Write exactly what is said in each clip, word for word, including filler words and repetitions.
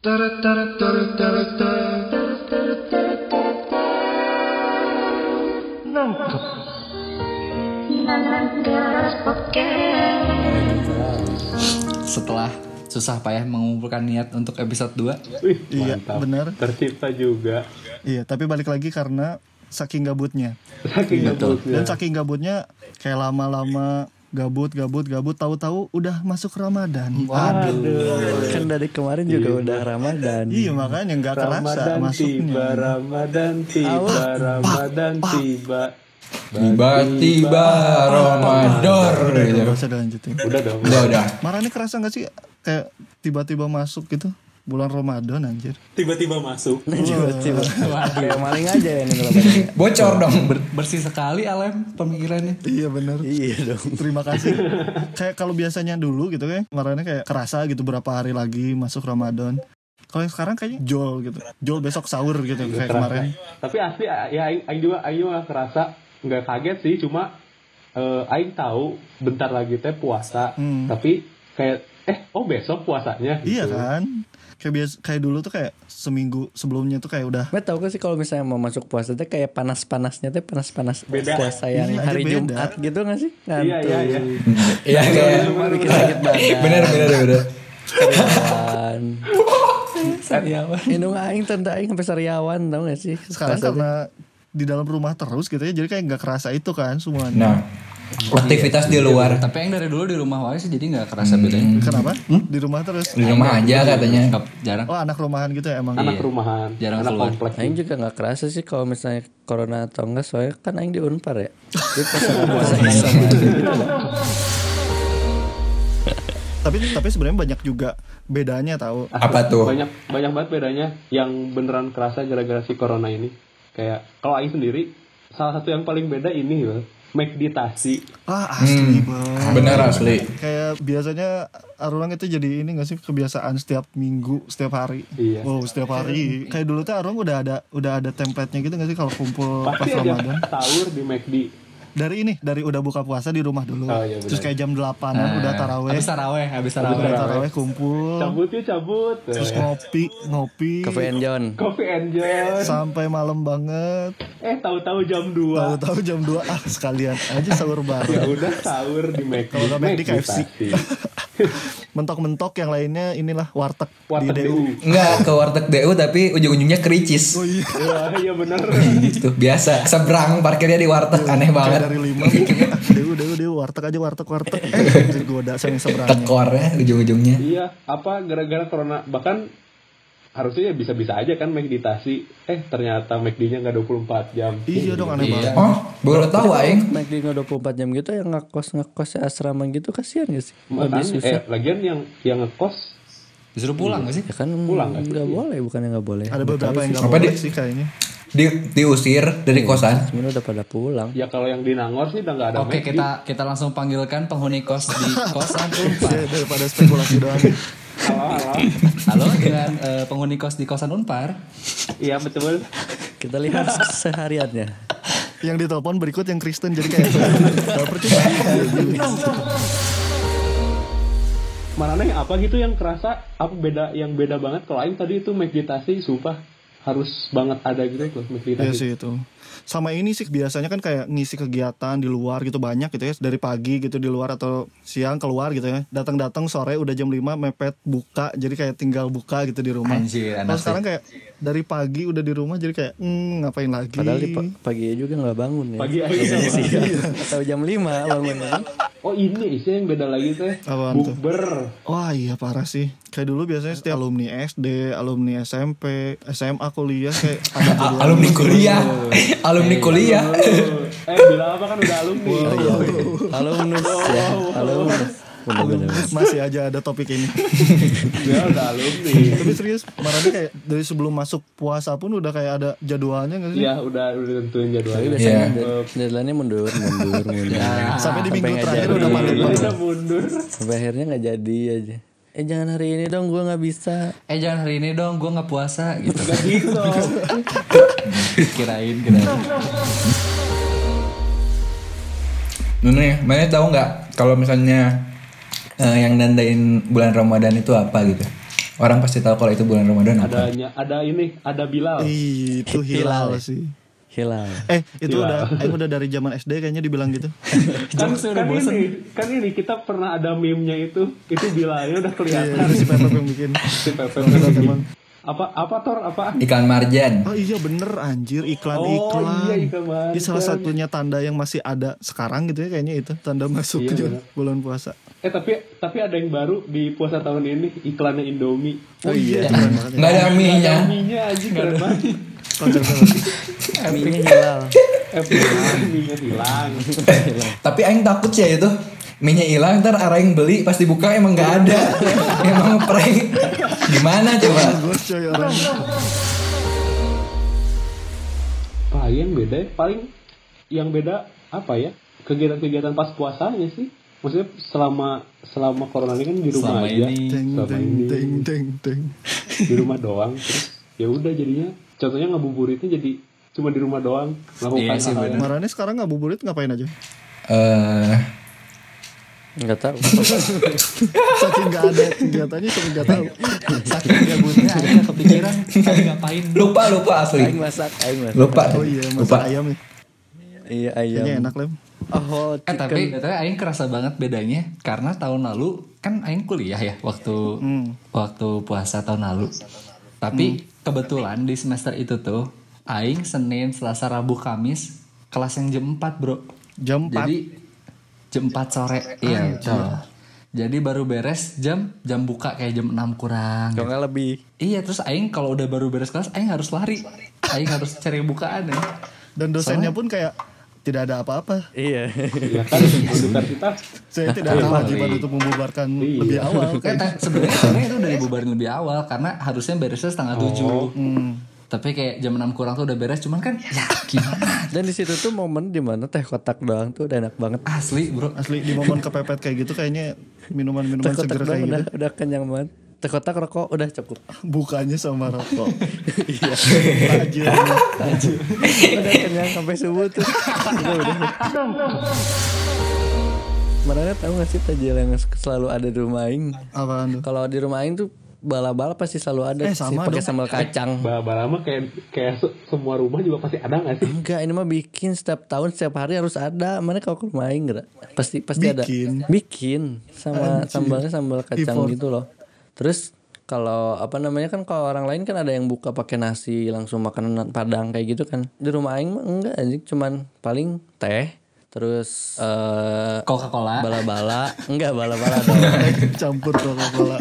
Nangkep. Setelah susah payah mengumpulkan niat untuk episode dua. Wih, Iya, mantap. benar. Tercipta juga. Iya, tapi balik lagi karena saking gabutnya. Saking Betul. gabutnya. Dan saking gabutnya kayak lama-lama gabut, gabut, gabut, tahu-tahu udah masuk Ramadan. Waduh. Kan dari kemarin juga udah Ramadan. Iya, makanya nggak kerasa Ramadan masuknya. tiba, Ramadan tiba, Ramadan tiba. Tiba-tiba Ramadan gitu. Gak usah dilanjutin. Udah dong. Udah udah. Marah nih kerasa gak sih kayak tiba-tiba masuk gitu bulan Ramadan anjir. Tiba-tiba masuk. Tiba-tiba. Kayak maling aja ya nih kalau pakai. Bocor dong. Ber- bersih sekali Alem pemikirannya. Iya bener. Iya dong. Terima kasih. Kayak kalau biasanya dulu gitu kan, marahnya kayak kerasa gitu berapa hari lagi masuk Ramadan. Kalau yang sekarang kayaknya jol gitu. Jol besok sahur gitu kayak kemarin. Tapi asli ya aing aing juga aing juga kerasa nggak kaget sih, cuma eh, aing tahu bentar lagi teh puasa. Hmm. Tapi kayak eh oh besok puasanya gitu. Iya kan? Kayak biasa kayak dulu tuh kayak seminggu sebelumnya tuh kayak udah Mbak tahu gak sih kalau misalnya mau masuk puasa tuh kayak panas-panasnya tuh panas-panas Beda. puasa yang Iya, hari beda. Jumat gitu gak sih? Iya iya iya. Iya kayak Bikin sakit badan. bener bener bener. Sariawan. Sariawan. Indung aing tante aing sampai sariawan tau gak sih? sekarang Rasanya. karena di dalam rumah terus gitu ya, jadi kayak nggak kerasa itu kan semuanya. Nah, aktivitas di luar. Tapi yang dari dulu di rumah wae sih jadi nggak kerasa bedanya. Kenapa? Di rumah terus. Di rumah aja katanya. Nggak, jarang. Oh anak rumahan gitu ya emang. Anak rumahan, Jarang anak keluar. kompleks. Aing juga gak kerasa sih kalau misalnya corona atau enggak, soalnya kan aing di Unpar ya. Jadi pas ada puasa ini sama aja gitu loh. Tapi tapi sebenarnya banyak juga bedanya tahu. Apa tuh? Banyak banyak banget bedanya yang beneran kerasa gara-gara si corona ini. Kayak kalau aing sendiri salah satu yang paling beda ini loh, meditasi. Ah asli banget. Bener asli. Kayak biasanya Arung itu jadi ini gak sih kebiasaan setiap minggu, setiap hari. Iya. Wow, setiap hari. Kayak dulu tuh Arung udah ada udah ada template-nya gitu gak sih kalau kumpul pas Pasti aja Ramadan. sahur di McD. Dari ini, dari udah buka puasa di rumah dulu. Oh, iya, benar. Terus kayak jam delapanan udah taraweh. Habis taraweh, habis Udah taraweh. taraweh kumpul. Cabut yuk cabut. Terus ngopi, ngopi. Cafe and John. Coffee and John. Sampai malam banget. Eh tahu-tahu jam dua. Tahu-tahu jam dua ah sekalian aja sahur Ya bareng. udah sahur di McD. Kalau nggak McD, K F C. Meditasi. Mentok-mentok yang lainnya inilah warteg, Warteg di D U. D U. Enggak ke warteg D U tapi ujung-ujungnya kericis. Oh iya. Wah, iya bener. Gitu. Biasa seberang parkirnya di warteg aneh Kayak banget. dari lima mikirnya ah, D U, D U, D U, warteg aja, warteg, warteg. Eh, goda sama yang seberangnya. Tekornya ujung-ujungnya. Iya, apa gara-gara corona, bahkan harusnya ya bisa-bisa aja kan meditasi. Eh ternyata McD-nya nggak dua puluh empat jam. Iya dong, aneh Iya. banget. Oh, baru tahu aing. McD nggak dua puluh empat jam gitu, yang ngekos-ngekos asrama gitu kasihan gak sih? Lebih Makanya, susah. eh lagian yang yang ngekos Disuruh pulang nggak sih? Ya kan Pulang nggak sih? nggak boleh, bukannya nggak boleh. Ada beberapa yang nggak Apa boleh di- sih kayaknya. Di, diusir dari kosan. Sebenarnya udah pada pulang. ya kalau yang di Nangor sih udah nggak ada Oke, McD. kita kita langsung panggilkan penghuni kos di kosan Unpar. Ya, daripada spekulasi doang. Halo halo. Halo dengan eh, penghuni kos di kosan Unpar. Iya betul. Kita lihat sehariannya. Yang ditelepon berikut yang Kristen jadi kayak nggak percaya. Mana nih apa gitu yang kerasa apa beda yang beda banget kalau Aing tadi itu meditasi sumpah harus banget ada gitu loh meditasi. Iya sih itu. Sama ini sih biasanya kan kayak ngisi kegiatan di luar gitu banyak gitu ya. Dari pagi gitu di luar atau siang keluar gitu ya. Datang-datang sore udah jam lima mepet buka. Jadi kayak tinggal buka gitu di rumah. Anjir, Kalau anak sekarang kayak dari pagi udah di rumah jadi kayak hmm, ngapain lagi. Padahal di pa- pagi juga nggak bangun ya. Pagi aja nggak bangun. Atau jam lima bangunnya. Oh ini sih yang beda lagi teh. Apaan tuh? Bukber. Wah iya parah sih. Kayak dulu biasanya setiap alumni S D, alumni S M P, S M A kuliah kayak ada A- jadwal. alumni kuliah. alumni kuliah. Eh bilang apa kan udah alumni. Alumnus ya. Alumnus. Bener-bener. Masih aja ada topik ini. Dia udah alumni. Tapi serius, marahnya kayak dari sebelum masuk puasa pun udah kayak ada jadwalnya nggak sih? Iya udah udah tentuin Tapi jadwalnya. biasanya Iya. dead- deadline-nya mundur, mundur, mundur. Sampai di minggu nggak terakhir jadi. udah mandek Dia banget. udah mundur. Sampai akhirnya nggak jadi aja. Eh jangan hari ini dong, gue nggak bisa. Eh jangan hari ini dong, gue nggak puasa gitu. Gak gitu. kirain kirain. Nih, mana tahu nggak kalau misalnya eh, yang nandain bulan Ramadan itu apa gitu? Orang pasti tahu kalau itu bulan Ramadan apa. Adanya ada ini, ada Bilal. Ih, itu hilal sih. Hilal. Eh, itu Hilal. udah Aing udah dari zaman S D kayaknya dibilang gitu. Kan, kan ini, kan ini kita pernah ada meme-nya itu, itu Bilalnya udah kelihatan. Iya, si Pepep yang bikin. Si Pepe Emang. apa apa Tor apa? Ikan marjan. Oh iya bener anjir, Oh iklan-iklan. iya ikan marjan. Ini salah satunya tanda yang masih ada sekarang gitu ya kayaknya itu tanda masuk Iya, ke bener. bulan puasa. Eh tapi tapi ada yang baru di puasa tahun ini, iklannya Indomie. Oh iya, Nggak ada Nggak ada mie-nya. mie-nya anjing, keren banget. Mie hilal. Eh mie-nya hilang. Tapi aing takut sih ya itu. Mie-nya hilang, ntar aing beli pas dibuka emang nggak ada. Emang prank. Gimana coba? Gue coy orang. Paling yang beda ya, paling yang beda apa ya? Kegiatan-kegiatan pas puasanya sih. Maksudnya selama selama corona ini kan di rumah Selama aja. ini. Teng Selama teng ini teng teng teng. di rumah doang. Terus ya udah jadinya contohnya ngabuburitnya jadi cuma di rumah doang melakukan Iya sih, hal-hal yang- Marane sekarang ngabuburit ngapain aja? Eh, Enggak tahu. Saking nggak ada kegiatannya, saking nggak tahu. Saking gabutnya aing nggak kepikiran tadi ngapain. lupa lupa asli. Aing masak, aing masak. Lupa. Oh iya, lupa. masak ayam ya. Iya ayam. Kayaknya enak lem. Oh, Eh tapi tapi aing kerasa banget bedanya karena tahun lalu kan aing kuliah ya waktu waktu puasa tahun lalu. Tapi kebetulan di semester itu tuh aing Senin, Selasa, Rabu, Kamis kelas yang jam empat, Bro. Jam empat. Jadi jam empat sore. Iya, betul. Jadi baru beres jam jam buka kayak jam enam kurang. Kalau nggak lebih. Iya, terus aing kalau udah baru beres kelas aing harus lari. Aing harus cari bukaan ya. Dan dosennya pun kayak tidak ada apa-apa. Iya. ya kan universitas Saya tidak ada kewajiban untuk membubarkan Iya. lebih awal. Kan ta- sebenarnya sebenarnya itu udah dibubarin lebih awal karena harusnya beresnya setengah tujuh. Tapi kayak jam enam kurang tuh udah beres, cuman kan ya gimana? Dan di situ tuh momen dimana teh kotak doang tuh udah enak banget. Asli, Bro. Asli di momen kepepet kayak gitu kayaknya minuman-minuman Teh kotak seger doang kayak udah gitu. udah kenyang banget. Teh kotak rokok udah cukup. Bukanya sama rokok. Iya. Tajil. Udah kenyang sampai subuh tuh. Udah udah. Mana tahu gak sih tajil yang selalu ada di rumah aing? Apaan tuh? Kalau di rumah aing tuh bala-bala pasti selalu ada Eh, sih sama pakai dong. sambal kacang. Bah lama kayak kayak se- semua rumah juga pasti ada nggak sih? Enggak, ini mah bikin setiap tahun setiap hari harus ada. Mana kalau ke rumah aing enggak? Pasti pasti Bikin. ada. Bikin sama Anjir. sambalnya sambal kacang Effort. gitu loh. Terus kalau apa namanya kan kalau orang lain kan ada yang buka pakai nasi langsung makanan Padang kayak gitu kan. Di rumah aing mah enggak anjing, cuman paling teh terus eh Coca-Cola. bala-bala, enggak bala-bala dong. Campur Coca-Cola.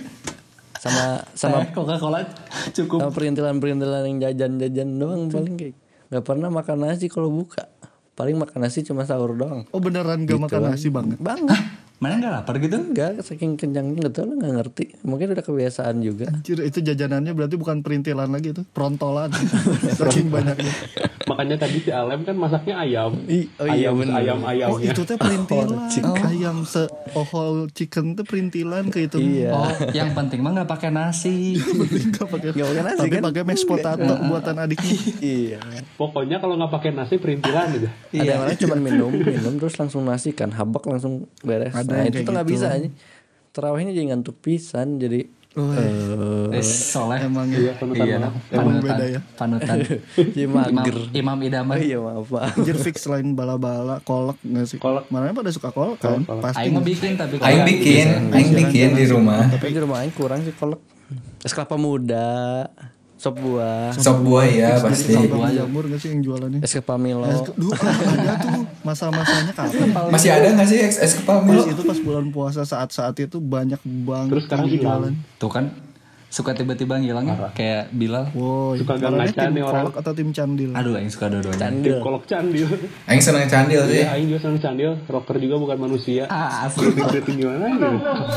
sama sama Eh, Coca-Cola cukup. sama perintilan-perintilan yang jajan-jajan doang paling kayak nggak pernah makan nasi kalau buka, paling makan nasi cuma sahur doang. Oh beneran gak makan nasi banget? Banget. Mana enggak lapar gitu? Enggak, saking kenyangnya nggak tahu lah, nggak ngerti. Mungkin udah kebiasaan juga. Anjir, itu jajanannya berarti bukan perintilan lagi itu, prontolan. Saking banyaknya. Makanya tadi si Alem kan masaknya ayam. I- oh iya, ayam bener. ayam Oh ayamnya. itu teh perintilan. Ayam se whole chicken teh perintilan ke itu. Iya. Oh, yang penting mah enggak pakai nasi. Gak pakai. Nggak pakai nasi, Tapi kan? pakai mashed potato buatan adiknya. Iya. Pokoknya kalau nggak pakai nasi perintilan aja. Ada yang lain cuma minum, minum terus langsung nasi kan, habak langsung beres. Ada Nah yang itu kayak tuh nggak gitu. bisa aja. Terawihnya jadi ngantuk pisan, jadi Oh, eh Eh, soleh. Emang Iya, ya. panutan Iya, banget. Emang panutan. beda ya. Panutan. jadi Imam, mager. Imam Idaman. Oh iya maaf Pak. Anjir fix selain bala-bala, kolak gak sih? Kolak. Mana pada suka kolak kan? Kolak. Pasti. Aing mau bikin tapi Aing kalau- bikin, aing bikin di rumah. Tapi di rumah aing kurang sih kolak. Es kelapa muda, sop buah, Sop buah ya pasti. Sambal jamur gak sih yang jualannya? es kepal Milo. Duh, ada tuh masa-masanya kapan? Masih ada nggak sih es, es kepal Pas Milo? itu pas bulan puasa saat-saat itu banyak banget Terus sekarang yang hilang. jualan. Tuh kan suka tiba-tiba ngilang ya kayak Bilal. Wow, Suka gak Marane ngaca tim nih orang. kolak atau tim candil? Aduh, aing suka dua-duanya. Candil. Kolok candil. Aing seneng candil sih. Iya, aing juga seneng candil. Rocker juga bukan manusia. Ah, asli. Kritik gimana gitu.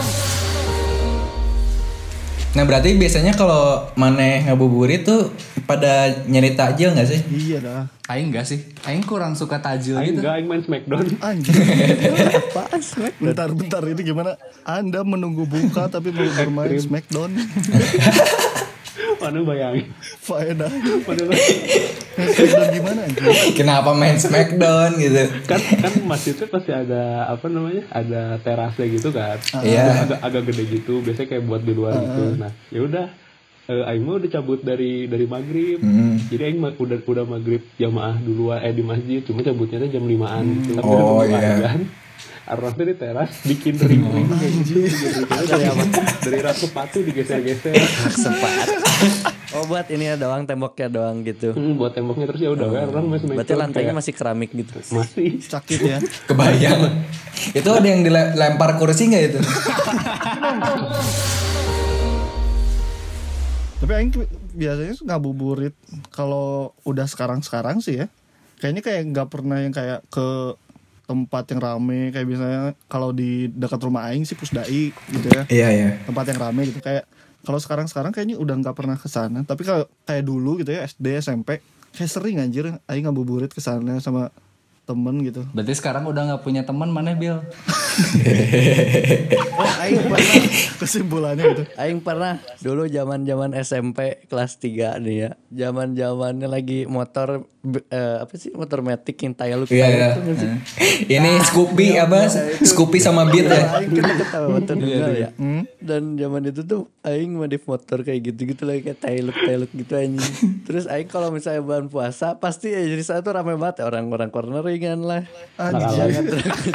Nah berarti biasanya kalau maneh ngabuburit tuh pada nyari takjil nggak sih? Iya dah. Aing enggak sih. Aing kurang suka tajil Aing gitu. enggak, aing main Smackdown. Anjir. Apaan snack? Bentar, bentar ini gimana? Anda menunggu buka tapi mau bermain Smackdown. Mana bayangin. Faedah. Mana bayangin. Smackdown gimana anjing? Kenapa main Smackdown gitu? Kan kan masjidnya pasti ada apa namanya? Ada terasnya gitu kan. Iya. Agak agak gede gitu. Biasanya kayak buat di luar gitu. Nah, ya udah. Eh, Aing mah udah cabut dari dari maghrib, Hmm. jadi Aing ma- udah udah maghrib jamaah duluan eh di masjid, cuma cabutnya tuh jam limaan gitu. Tapi Oh, udah iya. azan, Arwahnya di teras bikin ring-ring kayak gitu, gitu. Dari apa? Dari rak sepatu digeser-geser. Sepat. Oh buat ini ya doang temboknya doang gitu. Hmm, buat temboknya terus ya udah, oh. Orang masih Berarti lantainya masih keramik gitu. masih. Sakit ya. Kebayang. Itu ada yang dilempar kursi nggak itu? Tapi Aing biasanya ngabuburit kalau udah sekarang-sekarang sih ya. Kayaknya kayak nggak pernah yang kayak ke tempat yang rame kayak biasanya kalau di dekat rumah Aing sih Pusdai gitu ya. Iya iya. Tempat yang rame gitu kayak kalau sekarang-sekarang kayaknya udah nggak pernah ke sana. Tapi kalau kayak dulu gitu ya S D S M P kayak sering anjir Aing ngabuburit ke sana sama temen gitu. Berarti sekarang udah nggak punya teman mana Bil? Oh Aing pernah kesimpulannya gitu. Aing pernah dulu zaman-zaman S M P kelas tiga nih ya. Zaman-zamannya lagi motor eh, apa sih? Motor Matic yang tayaluk. Iya iya. Ini Scoopy apa? Scoopy sama Beat ya. Aing kan ketawa motor tunggal ya. Dan zaman itu tuh Aing modif motor kayak gitu-gitu lagi kayak tailuk-tailuk gitu anjing. Terus Aing kalau misalnya bulan puasa pasti ya jadi satu rame banget ya, orang-orang corneringan lah. Jangan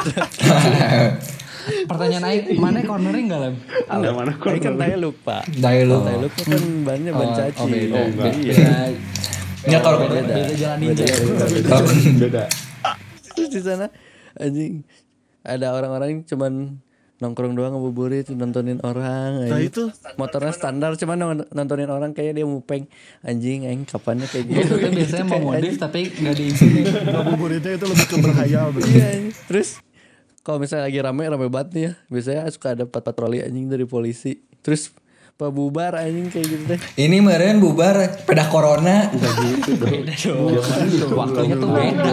Pertanyaan Aing, mana cornering enggak Lem? Ada mana kok? Aing kan tailuk pak. Tailuk. Tailuk kan bannya ban caci. Oh, beda. Oh, enggak. Beda. Ya kalau Beda, beda jalan ninja. Beda. Terus di sana anjing ada orang-orang yang cuman nongkrong doang ngabuburit nontonin orang Nah anjing. itu Motornya standar cuman nong- nontonin orang kayak dia mupeng anjing aing kapannya kayak gitu. Itu biasanya mau modif tapi nggak diizinin. ngabuburitnya itu lebih ke berhayal berarti. Iya, anjing. Terus kalau misalnya lagi rame rame banget nih ya biasanya suka ada pat patroli anjing dari polisi. Terus pak bubar anjing kayak gitu deh. ini meren bubar pedah corona. Waktunya tuh beda.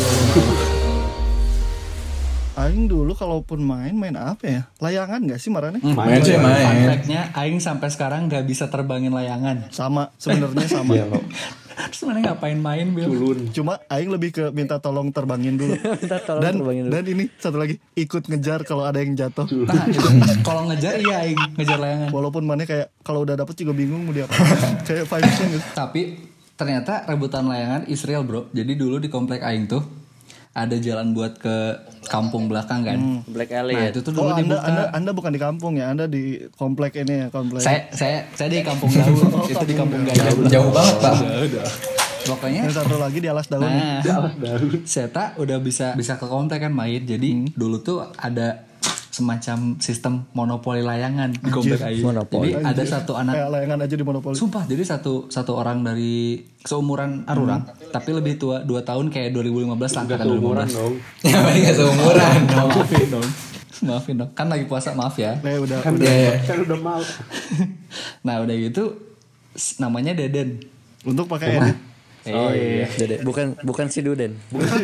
Aing dulu kalaupun main main apa ya? Layangan nggak sih marahnya? Main sih Fun main. fact-nya Aing sampai sekarang nggak bisa terbangin layangan. Sama sebenarnya sama. Terus mana ngapain main Bil? Culun. Cuma Aing lebih ke minta tolong terbangin dulu. Minta tolong dan terbangin dulu. dan ini satu lagi ikut ngejar kalau ada yang jatuh. Nah, itu kalau ngejar iya Aing ngejar layangan. Walaupun mana kayak kalau udah dapet juga bingung mau diapa. Kayak five cent gitu. Tapi ternyata rebutan layangan is real bro. Jadi dulu di komplek Aing tuh ada jalan buat ke kampung belakang kan. Black Nah Alley ya. itu tuh Oh dulu anda, dibuka. anda anda bukan di kampung ya, anda di komplek ini ya komplek. Saya saya saya di kampung Daud. Itu di kampung Gajah. Jauh banget pak. Pokoknya Yang satu lagi di alas daun. nah, Seta udah bisa bisa ke komplek kan main. Jadi dulu tuh ada semacam sistem monopoli layangan di komplek Aing. Monopoli. Jadi ada satu anak Kayak layangan aja di monopoli. Sumpah, jadi satu satu orang dari seumuran Arurang, tapi lebih tua dua tahun kayak dua ribu lima belas lah Enggak kan dua ribu lima seumuran belas. dong. Ya paling nggak seumuran. Maafin dong. Maafin dong. Kan lagi puasa, maaf ya. Kayak udah Kan udah. Iya. kan udah mau. Nah, udah gitu s- namanya Deden. Untuk pakai edit. Oh iya. Dede, bukan bukan si Duden.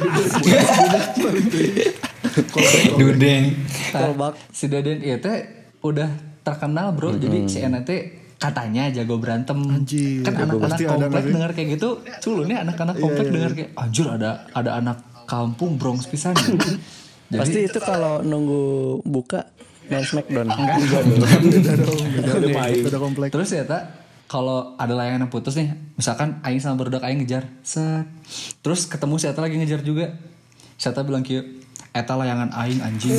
Dudeng. Nah, si Deden itu udah terkenal, Bro. Jadi si N T katanya jago berantem. Anjir, Kan jago anak-anak pasti ada komplek nggak sih? dengar kayak gitu, culun ya anak-anak komplek dengar kayak anjir ada ada anak kampung Bronx pisan. Jadi Pasti itu kalau nunggu buka main Smackdown. Udah main. Udah komplek. terus ya tak kalau ada layangan yang putus nih, misalkan Aing sama Berdak Aing ngejar, set, terus ketemu si Eta lagi ngejar juga, si Eta bilang kieu, Eta layangan Aing anjing.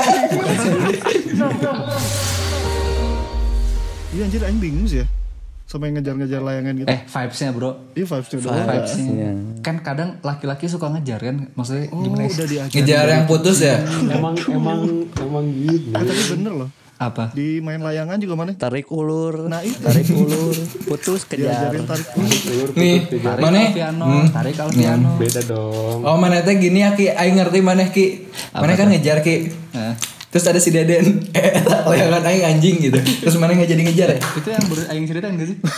Iya anjir Aing bingung sih ya. Sama yang ngejar-ngejar layangan gitu. eh vibesnya bro, Iya vibes-nya udah. vibesnya. Kan kadang laki-laki suka ngejar kan, maksudnya Oh gimana? ya? udah diajarin. Ngejar yang putus ya. Emang emang emang gitu. Eh, tapi bener loh. Apa? Di main layangan juga mana? Tarik ulur, Nah, itu. tarik ulur, putus kejar. Diajarin tarik ulur. Nih, Tarik mana? Alfiano, tarik Alfiano. Beda dong. Oh mana teh gini ya Ki, Aing ngerti mana Ki. Mana kan ngejar Ki. Nah, Terus ada si Deden, eh layangan Aing anjing gitu. Terus mana nggak jadi ngejar ya? itu yang baru Aing ceritain gak sih?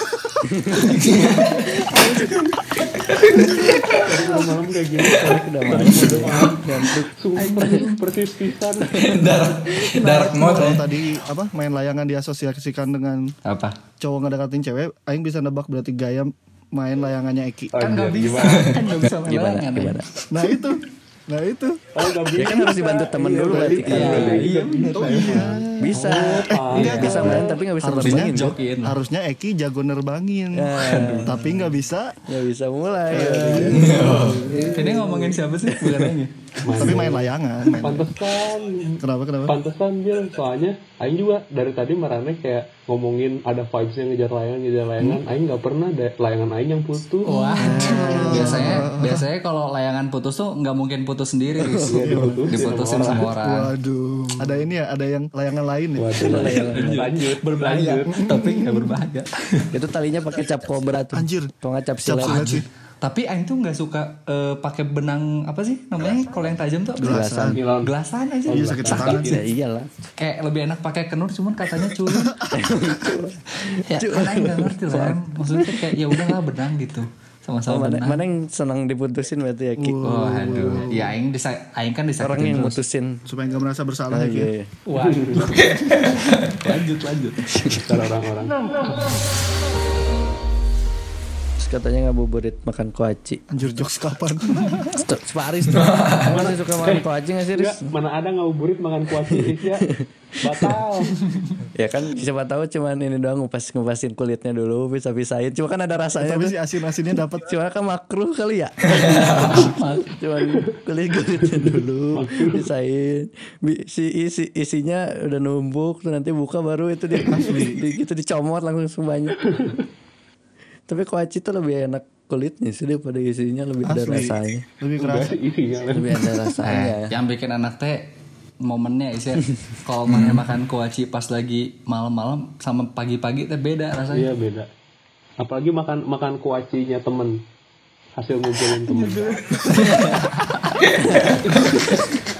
Malam kayak gini. Udah malam udah malam ngantuk. Sumpah persis pisan. dark dark mode Kalau ya. tadi apa main layangan diasosiasikan dengan Apa? cowok ngedekatin cewek, aing bisa nebak berarti gaya main layangannya Eki. Kan nggak Anjir, bisa, gimana? kan nggak bisa main Gimana? layangan. Gimana? Nah itu, nah itu. Oh, gak bisa. Ya kan harus dibantu temen dulu berarti kan. Iya, benar. Bisa. Oh, Iya, bisa main tapi nggak bisa Harusnya nerbangin. Jokin. Harusnya Eki jago nerbangin, tapi nggak bisa. Nggak bisa mulai. Ini ngomongin siapa sih? Bukan Aing ya? Tapi main layangan. Main. Pantesan. Kenapa kenapa? Pantesan Bil, soalnya Aing juga dari tadi marane kayak ngomongin ada vibesnya ngejar layangan ngejar layangan. Aing nggak pernah ada layangan Aing yang putus. Wah, biasanya biasanya kalau layangan putus tuh nggak mungkin putus sendiri, Riz. diputusin Diputusin sama sama orang. Waduh, ada ini ya, ada yang layangan lain ya. Waduh, lanjut Berbahaya, lanjut. tapi nggak berbahaya. Itu talinya pakai cap kobra tuh. Anjir. Kalau nggak cap Cap silet. silet sih. Tapi Aing tuh nggak suka eh, pakai benang apa sih namanya kalau yang tajam tuh? Gelasan. Nilon. Gelasan aja. Iya, sakit tangan Ya sih. iyalah. Kayak lebih enak pakai kenur, cuman katanya culun. Ya, kan Aing nggak ngerti lah. Em. Maksudnya kayak ya udahlah benang gitu, Oh, sama-sama mana, benang. mana yang senang diputusin berarti ya Ki? Oh, aduh. Ya Aing disa Aing kan disakitin Orang yang terus. mutusin. Supaya nggak merasa bersalah Oh, ya. Ki. iya, iya. Waduh. lanjut lanjut. Kalau orang-orang. Terus katanya ngabuburit makan kuaci. Anjir jokes kapan? Faris tuh. Mana suka makan kuaci nggak sih, Enggak, Riz? mana ada ngabuburit makan kuaci ya. Batal. Ya kan siapa tahu cuman ini doang ngupas ngupasin kulitnya dulu, pisah-pisahin. Cuma kan ada rasanya Tapi tuh. si asin-asinnya dapat. Cuma kan makruh kali ya. Cuman kulit-kulitnya dulu pisahin. Bi- Si isi isinya udah numpuk tuh nanti buka baru itu di, di gitu dicomot langsung banyak. Tapi kuaci tuh lebih enak kulitnya sih daripada isinya, lebih ada Asli. rasanya. Lebih Enggak keras. sih isinya. Lebih ada Eh, rasanya. yang bikin anak teh momennya isya kalau mana makan kuaci pas lagi malam-malam sama pagi-pagi teh beda rasanya. Iya beda. Apalagi makan makan kuacinya temen. Hasil ngumpulin temen.